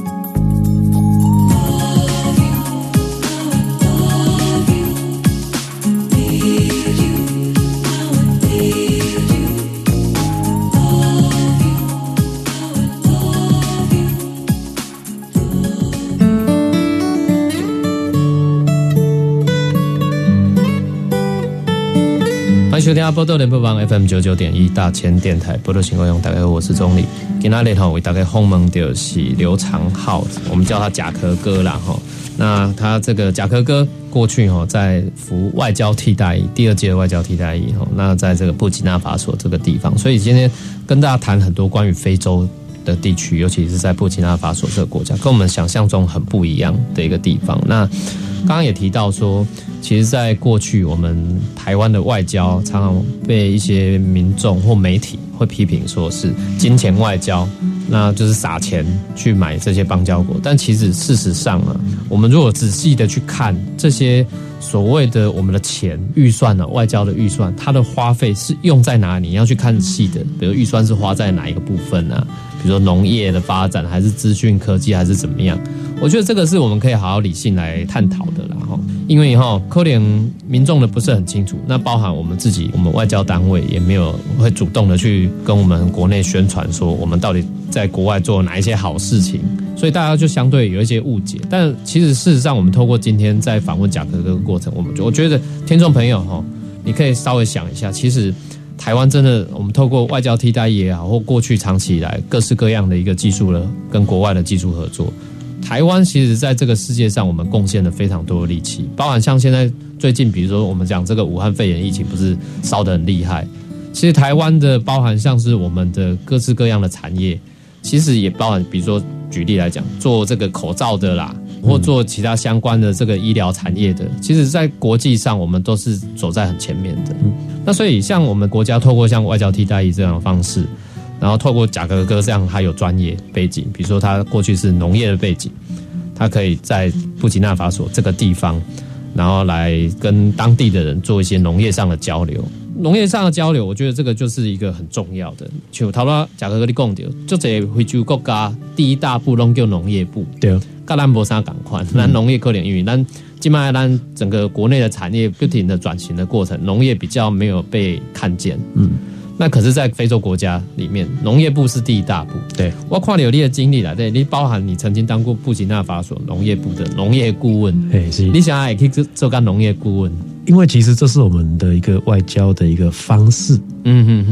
欢迎收听报道联播网 F M 九九点一大千电台报道新闻用，大家好，我是钟理。今天呢，为大家访问的是刘长浩，我们叫他甲壳哥啦哈。那他这个甲壳哥过去哈在服外交替代役，第二届的外交替代役哈。那在这个布吉纳法索这个地方，所以今天跟大家谈很多关于非洲的地区，尤其是在布吉纳法索这个国家，跟我们想象中很不一样的一个地方。那刚刚也提到说，其实在过去我们台湾的外交常常被一些民众或媒体会批评说是金钱外交，那就是撒钱去买这些邦交国。但其实事实上啊，我们如果仔细的去看这些所谓的我们的钱预算呢、啊，外交的预算，它的花费是用在哪里？你要去看细的，比如预算是花在哪一个部分啊？比如说农业的发展，还是资讯科技，还是怎么样？我觉得这个是我们可以好好理性来探讨的啦。因为哈，可能民众的不是很清楚，那包含我们自己，我们外交单位也没有会主动的去跟我们国内宣传说我们到底在国外做哪一些好事情，所以大家就相对有一些误解。但其实事实上，我们透过今天在访问甲壳哥的过程，我们就我觉得听众朋友哈，你可以稍微想一下，其实台湾真的，我们透过外交替代役也好，或过去长期以来各式各样的一个技术了跟国外的技术合作。台湾其实在这个世界上，我们贡献了非常多的力气，包含像现在最近，比如说我们讲这个武汉肺炎疫情，不是烧得很厉害。其实台湾的包含像是我们的各式各样的产业，其实也包含，比如说举例来讲，做这个口罩的啦，或做其他相关的这个医疗产业的，其实在国际上我们都是走在很前面的。那所以像我们国家透过像外交替代役这样的方式，然后透过甲壳哥这样，他有专业背景，比如说他过去是农业的背景，他可以在布吉纳法索这个地方，然后来跟当地的人做一些农业上的交流。农业上的交流，我觉得这个就是一个很重要的。像头先甲壳哥你讲到，就这非洲国家第一大部拢叫农业部，对，跟咱无啥同款。咱农业可能因为咱现在咱整个国内的产业不停的转型的过程，农业比较没有被看见。嗯。那可是，在非洲国家里面，农业部是第一大部。对，我看你有你的经历啦，对，你包含你曾经当过布吉纳法索农业部的农业顾问，哎，是，你想也可以做个农业顾问， 因为其实这是我们的一个外交的一个方式。嗯哼哼，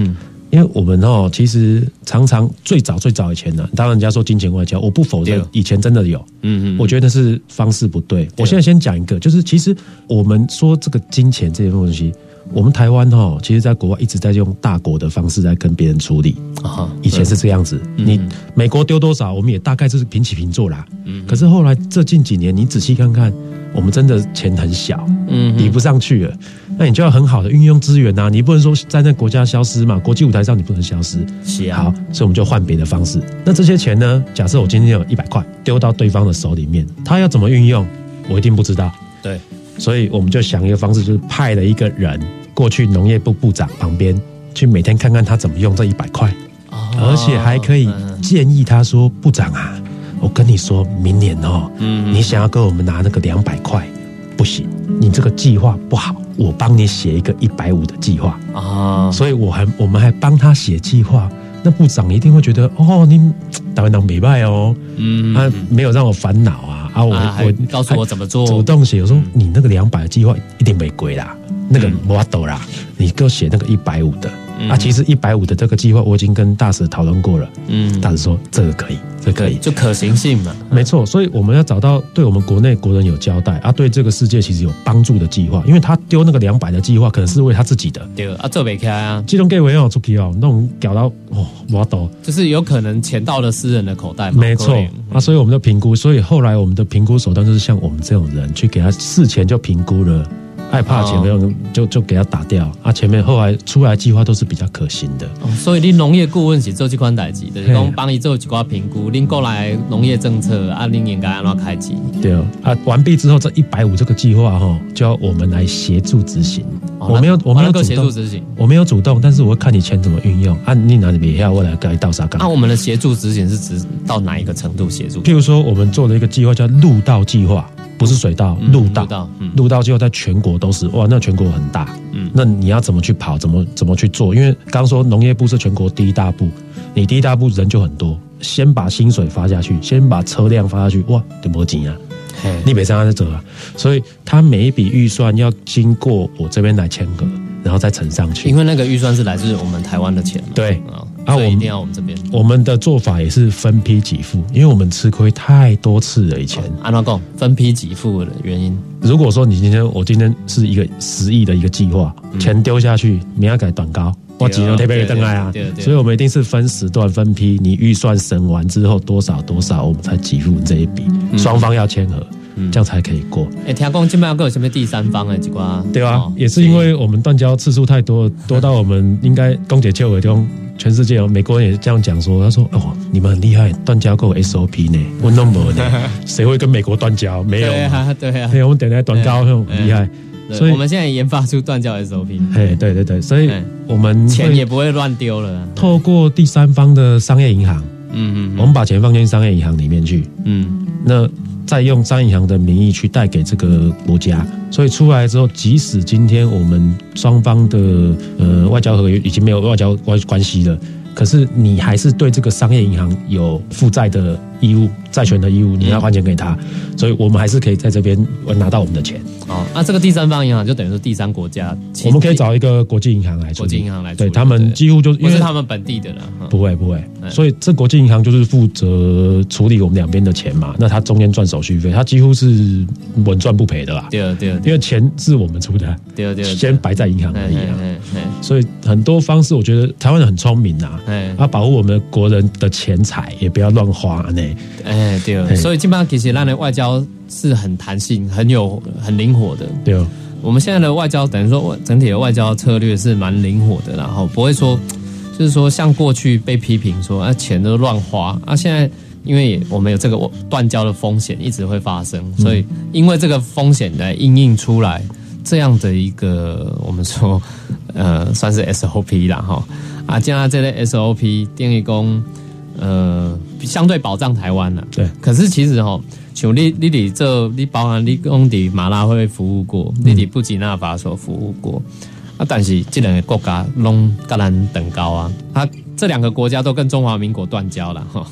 因为我们哦，其实常常最早最早以前呢，当然人家说金钱外交，我不否认，以前真的有，嗯嗯，我觉得是方式不对。我现在先讲一个，就是其实我们说这个金钱这些东西，我们台湾哦，其实在国外一直在用大国的方式在跟别人处理啊，以前是这样子，你美国丢多少，我们也大概就是平起平坐啦。嗯，可是后来这近几年，你仔细看看。我们真的钱很小，嗯，比不上去了。那你就要很好的运用资源啊，你不能说在那国家消失嘛，国际舞台上你不能消失。是啊，好，所以我们就换别的方式。那这些钱呢？假设我今天有一百块丢到对方的手里面，他要怎么运用，我一定不知道。对，所以我们就想一个方式，就是派了一个人过去农业部部长旁边，去每天看看他怎么用这一百块，而且还可以建议他说：“部长啊。”我跟你说，明年哦，嗯，你想要跟我们拿那个两百块，不行，你这个计划不好，我帮你写一个一百五的计划啊。所以我还我们还帮他写计划，那部长一定会觉得哦，你台湾人没败哦，嗯，他、啊、没有让我烦恼啊啊，我啊我告诉我怎么做， 主动写，我说你那个两百的计划一定没鬼啦，那个没法度啦，你给我写那个一百五的。啊，其实一百五的这个计划我已经跟大使讨论过了，嗯，大使说这个可以，这个可以， 就可行性嘛， 没错。所以我们要找到对我们国内国人有交代啊，对这个世界其实有帮助的计划，因为他丢那个两百的计划可能是为他自己的， 对啊，做不起来啊， 这种给我要出去哦，那种搞到哦，我懂， 就是有可能钱到了私人的口袋嘛， 没错啊，所以我们的评估，所以后来我们的评估手段就是像我们这种人去给他事前就评估了。害怕前面、哦、就就给他打掉啊！前面后来出来计划都是比较可行的， 哦、所以你农业顾问是做这款代志，就是讲帮你做一寡评估，您过来农业政策啊，您应该安怎开启？ 对啊，啊，完毕之后这一百五这个计划哈，就要我们来协助执行。哦、我没有，我没有主动执行， 我没有主动，但是我会看你钱怎么运用啊，你哪里别要我来给你倒啥干？ 那、啊、我们的协助执行是指到哪一个程度协助？ 譬如说，我们做了一个计划叫路道计划。不是水道，路道，路道，嗯、路道计划在全国都是哇，那全国很大，嗯，那你要怎么去跑，怎么怎么去做？因为刚说农业部是全国第一大部，你第一大部人就很多，先把薪水发下去，先把车辆发下去，哇，就没钱啊，你别这样走啊，所以他每一笔预算要经过我这边来签合，然后再呈上去， 因为那个预算是来自我们台湾的钱嘛， 对。 啊，所以一定要我们这边。 我们的做法也是分批给付，因为我们吃亏太多次了。以前按怎讲分批给付的原因， 如果说你今天我今天是一个十亿的一个计划，嗯、钱丢下去，明天改短高，我几年特别等来啊，所以我们一定是分时段分批，你预算审完之后多少多少，我们才给付这一笔，双、嗯、方要签合。嗯、这样才可以过。 哎、欸，听讲今麦有什么第三方的几挂？ 对啊、哦，也是因为我们断交次数太多，多到我们应该公解秋尾中，全世界有美国人也这样讲说，他说哦，你们很厉害，断交够 S O P 呢，我都没呢，谁会跟美国断交？没有， 对啊，对啊， 对，我们等待断交很厉害。 所以我们现在研发出断交 S O P。 哎，对对对，所以我们钱也不会乱丢了。 透过第三方的商业银行，嗯嗯，我们把钱放进商业银行里面去，嗯，那。再用商业银行的名义去贷给这个国家，所以出来之后，即使今天我们双方的呃外交合约已经没有外交关系了，可是你还是对这个商业银行有负债的义务、债权的义务，你要还钱给他，所以我们还是可以在这边拿到我们的钱。 哦，那、啊、这个第三方银行就等于说第三国家， 我们可以找一个国际银行来处理， 国际银行来处理，对他们几乎就不是他们本地的了， 不会不会，所以这国际银行就是负责处理我们两边的钱嘛，那他中间赚手续费，他几乎是稳赚不赔的啦。 对对， 因为钱是我们出的，对对，先摆在银行而已啊。所以很多方式，我觉得台湾人很聪明呐，啊，保护我们国人的钱财，也不要乱花呢。 哎，对，所以基本上其实咱的外交是很弹性、很有、很灵活的。对，我们现在的外交等于说整体的外交策略是蛮灵活的，然后不会说就是说像过去被批评说啊钱都乱花啊，现在因为我们有这个断交的风险一直会发生，所以因为这个风险来因应出来这样的一个我们说呃算是 S O P 啦哈啊，加上这类 S O P 定义工呃相对保障台湾啦。对，可是其实哈。像你你伫做，你包含你讲伫马拉会服务过，你伫布吉纳法索服务过，啊，但是这两个国家拢跟咱等高啊，啊，这两个国家都跟中华民国断交了哈，嗯，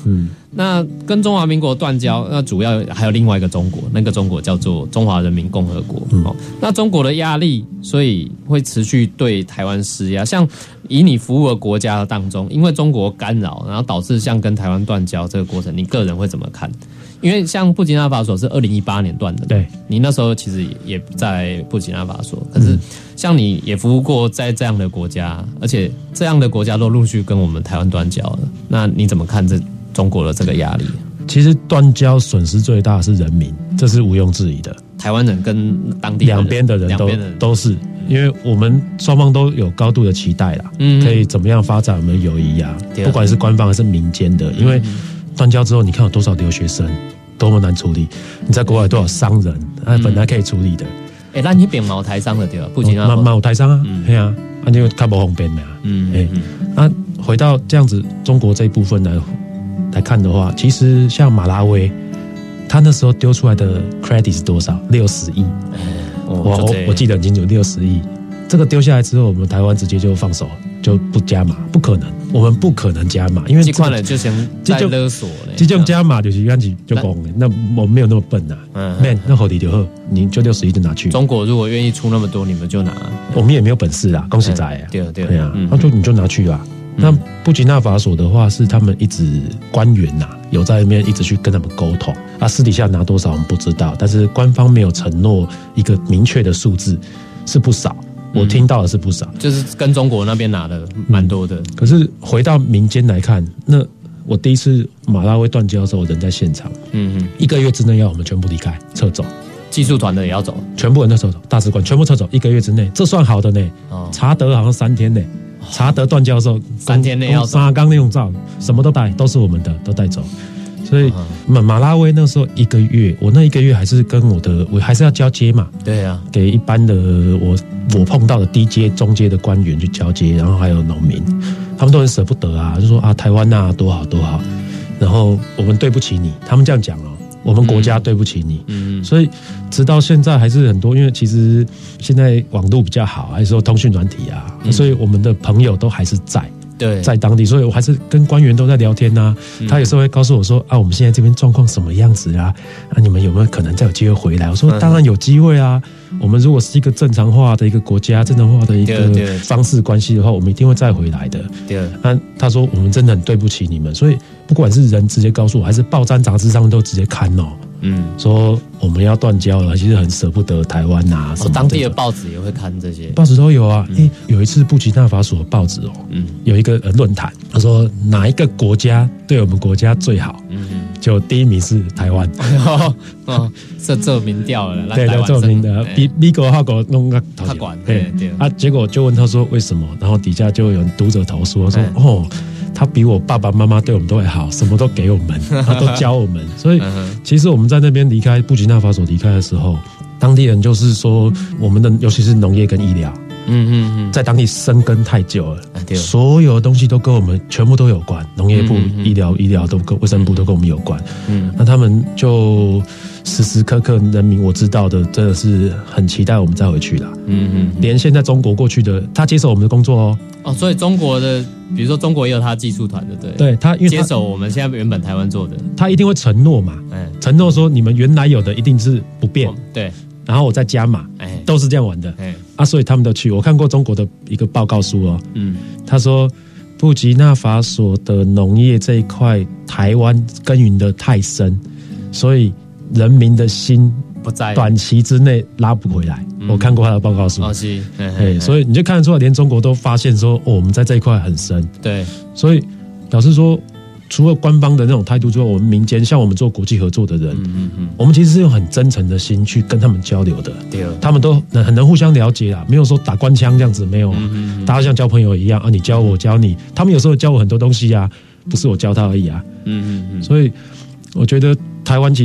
那跟中华民国断交，那主要还有另外一个中国，那个中国叫做中华人民共和国。嗯、哦，那中国的压力，所以会持续对台湾施压。像以你服务的国家当中，因为中国干扰，然后导致像跟台湾断交这个过程，你个人会怎么看？因为像布吉纳法索是二零一八年断的， 对， 你那时候其实也在布吉纳法索，可是像你也服务过在这样的国家，而且这样的国家都陆续跟我们台湾断交了，那你怎么看这中国的这个压力？ 其实断交损失最大的是人民，这是毋庸置疑的。 台湾人跟当地两边的人都都是，因为我们双方都有高度的期待啦，嗯，可以怎么样发展我们的友谊啊？不管是官方还是民间的，因为断交之后，你看有多少留学生，多么难处理；你在国外有多少商人，啊，本来可以处理的。 哎、欸，那你变毛台商了对吧？不仅啊， 毛台商啊，对啊，啊就较不方便的啊。嗯，哎、欸，那回到这样子中国这一部分来来看的话，其实像马拉维，他那时候丢出来的 credit 是多少？六十亿。我我我记得很清楚，六十亿。这个丢下来之后，我们台湾直接就放手，就不加码，不可能，我们不可能加码，因为这块呢就想再勒索嘞， 这种加码就是干起就讲的，那我没有那么笨呐、啊，嗯，那好你就好，你就六十亿就拿去。 中国如果愿意出那么多，你们就拿， 我们也没有本事啦，恭喜仔啊， 对对对啊，那就你就拿去啊。那布吉纳法索的话，是他们一直官员呐、啊、有在那边一直去跟他们沟通啊，私底下拿多少我们不知道，但是官方没有承诺一个明确的数字，是不少。我听到的是不少， 就是跟中国那边拿的蛮多的、嗯。可是回到民间来看，那我第一次马拉维断交的时候，我人在现场，嗯嗯，一个月之内要我们全部离开撤走， 技术团的也要走， 全部人都撤走，大使馆全部撤走，一个月之内，这算好的呢。哦、查德好像三天呢，查德断交的时候三天内要走， 沙冈那种照什么都带，都是我们的，都带走。所以马马拉维那时候一个月，我那一个月还是跟我的，我还是要交接嘛。 对啊， 给一般的我我碰到的低阶、中阶的官员去交接，然后还有农民，他们都很舍不得啊，就说啊台湾呐多好多好，然后我们对不起你，他们这样讲哦，我们国家对不起你。嗯，所以直到现在还是很多，因为其实现在网络比较好，还是说通讯软体啊，嗯、所以我们的朋友都还是在。 对， 在当地，所以我还是跟官员都在聊天啊。嗯、他有时候会告诉我说：“啊，我们现在这边状况什么样子啊？啊，你们有没有可能再有机会回来？”我说：“当然有机会啊！我们如果是一个正常化的一个国家，正常化的一个方式关系的话，我们一定会再回来的。”对。那他说：“我们真的很对不起你们，所以不管是人直接告诉我，还是报章杂志上都直接刊哦。”嗯，说我们要断交了，其实很舍不得台湾呐、啊。 哦，当地的报纸也会看这些， 报纸都有啊。嗯、有一次布吉纳法索报纸哦，嗯，有一个呃论坛，他说哪一个国家对我们国家最好？嗯，就第一名是台湾。 哦，哦这做民调了， 对对，做民的，比美国、法国弄个他管，对对。 啊，结果就问他说为什么？然后底下就有读者投诉说，哦。他比我爸爸妈妈对我们都还好，什么都给我们，他都教我们。所以，其实我们在那边离开布吉纳法索离开的时候，当地人就是说，我们的尤其是农业跟医疗，嗯嗯嗯，在当地生根太久了，所有的东西都跟我们全部都有关，农业部、嗯嗯医疗、医疗都跟卫生部都跟我们有关。嗯，那他们就时时刻刻人民我知道的，真的是很期待我们再回去啦。嗯嗯，连现在中国过去的，他接手我们的工作哦。 哦，所以中国的，比如说中国也有他技术团的，对， 对他因为他接手我们现在原本台湾做的， 他一定会承诺嘛，哎，承诺说你们原来有的一定是不变，哦、 对，然后我再加码，哎，都是这样玩的，哎，啊，所以他们都去。我看过中国的一个报告书哦，嗯，他说布吉纳法索的农业这一块，台湾耕耘的太深，所以人民的心。 不在短期之内拉不回来，嗯、我看过他的报告书， 哦是，嘿嘿嘿所以你就看得出来，连中国都发现说，哦，我们在这一块很深， 对， 所以表示说，除了官方的那种态度之外，我们民间像我们做国际合作的人，嗯嗯嗯，我们其实是用很真诚的心去跟他们交流的，对，他们都很能互相了解啦，没有说打官腔这样子，没有，嗯嗯嗯大家像交朋友一样啊，你教我，我教你，他们有时候教我很多东西啊，不是我教他而已啊，嗯嗯嗯，所以我觉得台湾其实。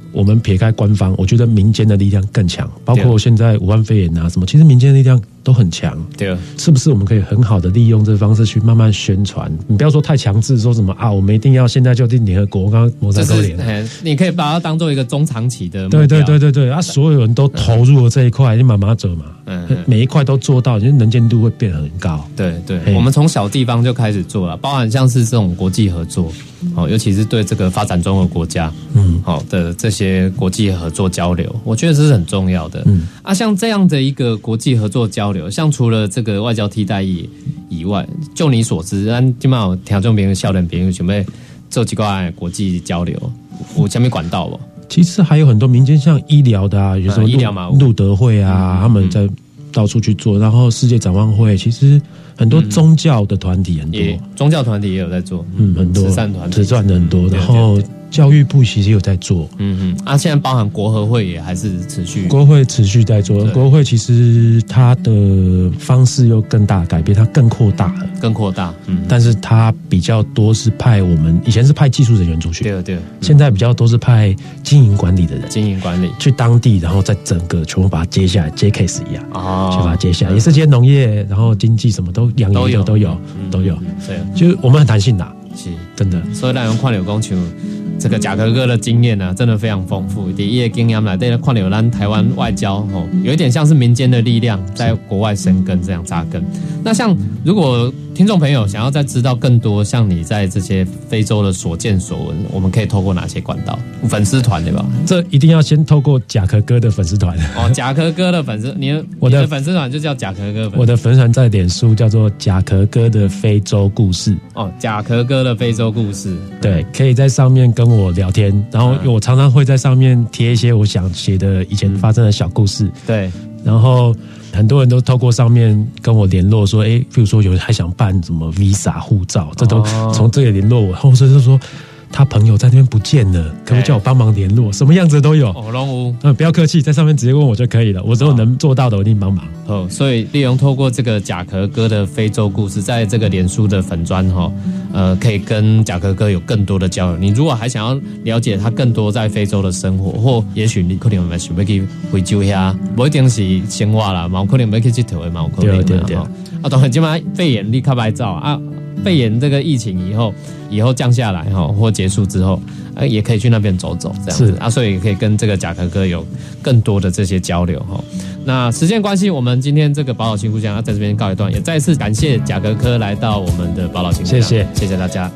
我们撇开官方，我觉得民间的力量更强，包括现在武汉肺炎啊什么，其实民间的力量都很强。 对， 是不是我们可以很好的利用这个方式去慢慢宣传？你不要说太强制，说什么啊，我们一定要现在就进联合国。我刚刚摩擦勾连， 你可以把它当做一个中长期的目对标。 对对对对，啊，所有人都投入了这一块，你慢慢走嘛。嗯，每一块都做到，你能见度会变很高。 对对，我们从小地方就开始做了，包含像是这种国际合作，哦，尤其是对这个发展中的国家，嗯，好的这些国际合作交流，我觉得这是很重要的。嗯啊，像这样的一个国际合作交流，像除了这个外交替代役以外，就你所知，咱今嘛有听众朋友、少年朋友想要做几块国际交流，有什么管道不？ 其实还有很多民间，像医疗的啊，有时候路德会啊，嗯、他们在到处去做，然后世界展望会，其实很多宗教的团体很多， 嗯、宗教团体也有在做， 嗯，很多慈善团体， 慈善的很多，然后教育部其实有在做， 嗯嗯，啊，现在包含国合会也还是持续， 国会持续在做，国会其实它的方式又更大改变，它更扩大了， 更扩大，嗯， 但是它比较多是派我们以前是派技术人员出去， 对对， 现在比较多是派经营管理的人， 经营管理去当地，然后再整个全部把它接下来，接 case 一样， 哦， 去把它接下来，也是接农业，然后经济什么都养鱼的都有，都有， 对， 就是我们很弹性啦， 是真的， 所以让人看柳公像这个贾哥哥的经验呢、啊，真的非常丰富。第一个经验来，对看柳咱台湾外交哦，有一点像是民间的力量在国外生根这样扎根。那像如果听众朋友想要再知道更多像你在这些非洲的所见所闻，我们可以透过哪些管道？粉丝团对吧？ 这一定要先透过贾壳哥的粉丝团哦，贾壳哥的粉丝，你的我的粉丝团就叫贾壳哥粉丝。 我的粉丝团在脸书叫做贾壳哥的非洲故事哦，贾壳哥的非洲故事， 对，可以在上面跟我聊天，然后我常常会在上面贴一些我想写的以前发生的小故事，嗯、 对， 然后。很多人都透过上面跟我联络说，哎，譬如说有人还想办什么 Visa 护照，这都从这里联络我，或者是说他朋友在那边不见了，可不可以叫我帮忙联络？什么样子都有。 哦，拢有。 嗯，不要客气，在上面直接问我就可以了。我只有能做到的，我一定帮忙。 哦，所以利用透过这个贾壳哥的非洲故事，在这个脸书的粉专哈，呃，可以跟贾壳哥有更多的交流。你如果还想要了解他更多在非洲的生活，或也许你可能有想要去非洲遐，不一定是生活啦，嘛有可能要去佚佗的，嘛有可能对对对。 啊，当然，今麦肺炎你较歹走啊。肺炎这个疫情以后，以后降下来哈，或结束之后，呃，也可以去那边走走，这样子啊，所以也可以跟这个贾壳哥有更多的这些交流哈。那时间关系，我们今天这个宝岛新故乡要在这边告一段，也再次感谢贾壳哥来到我们的宝岛新故乡， 谢谢， 谢谢大家。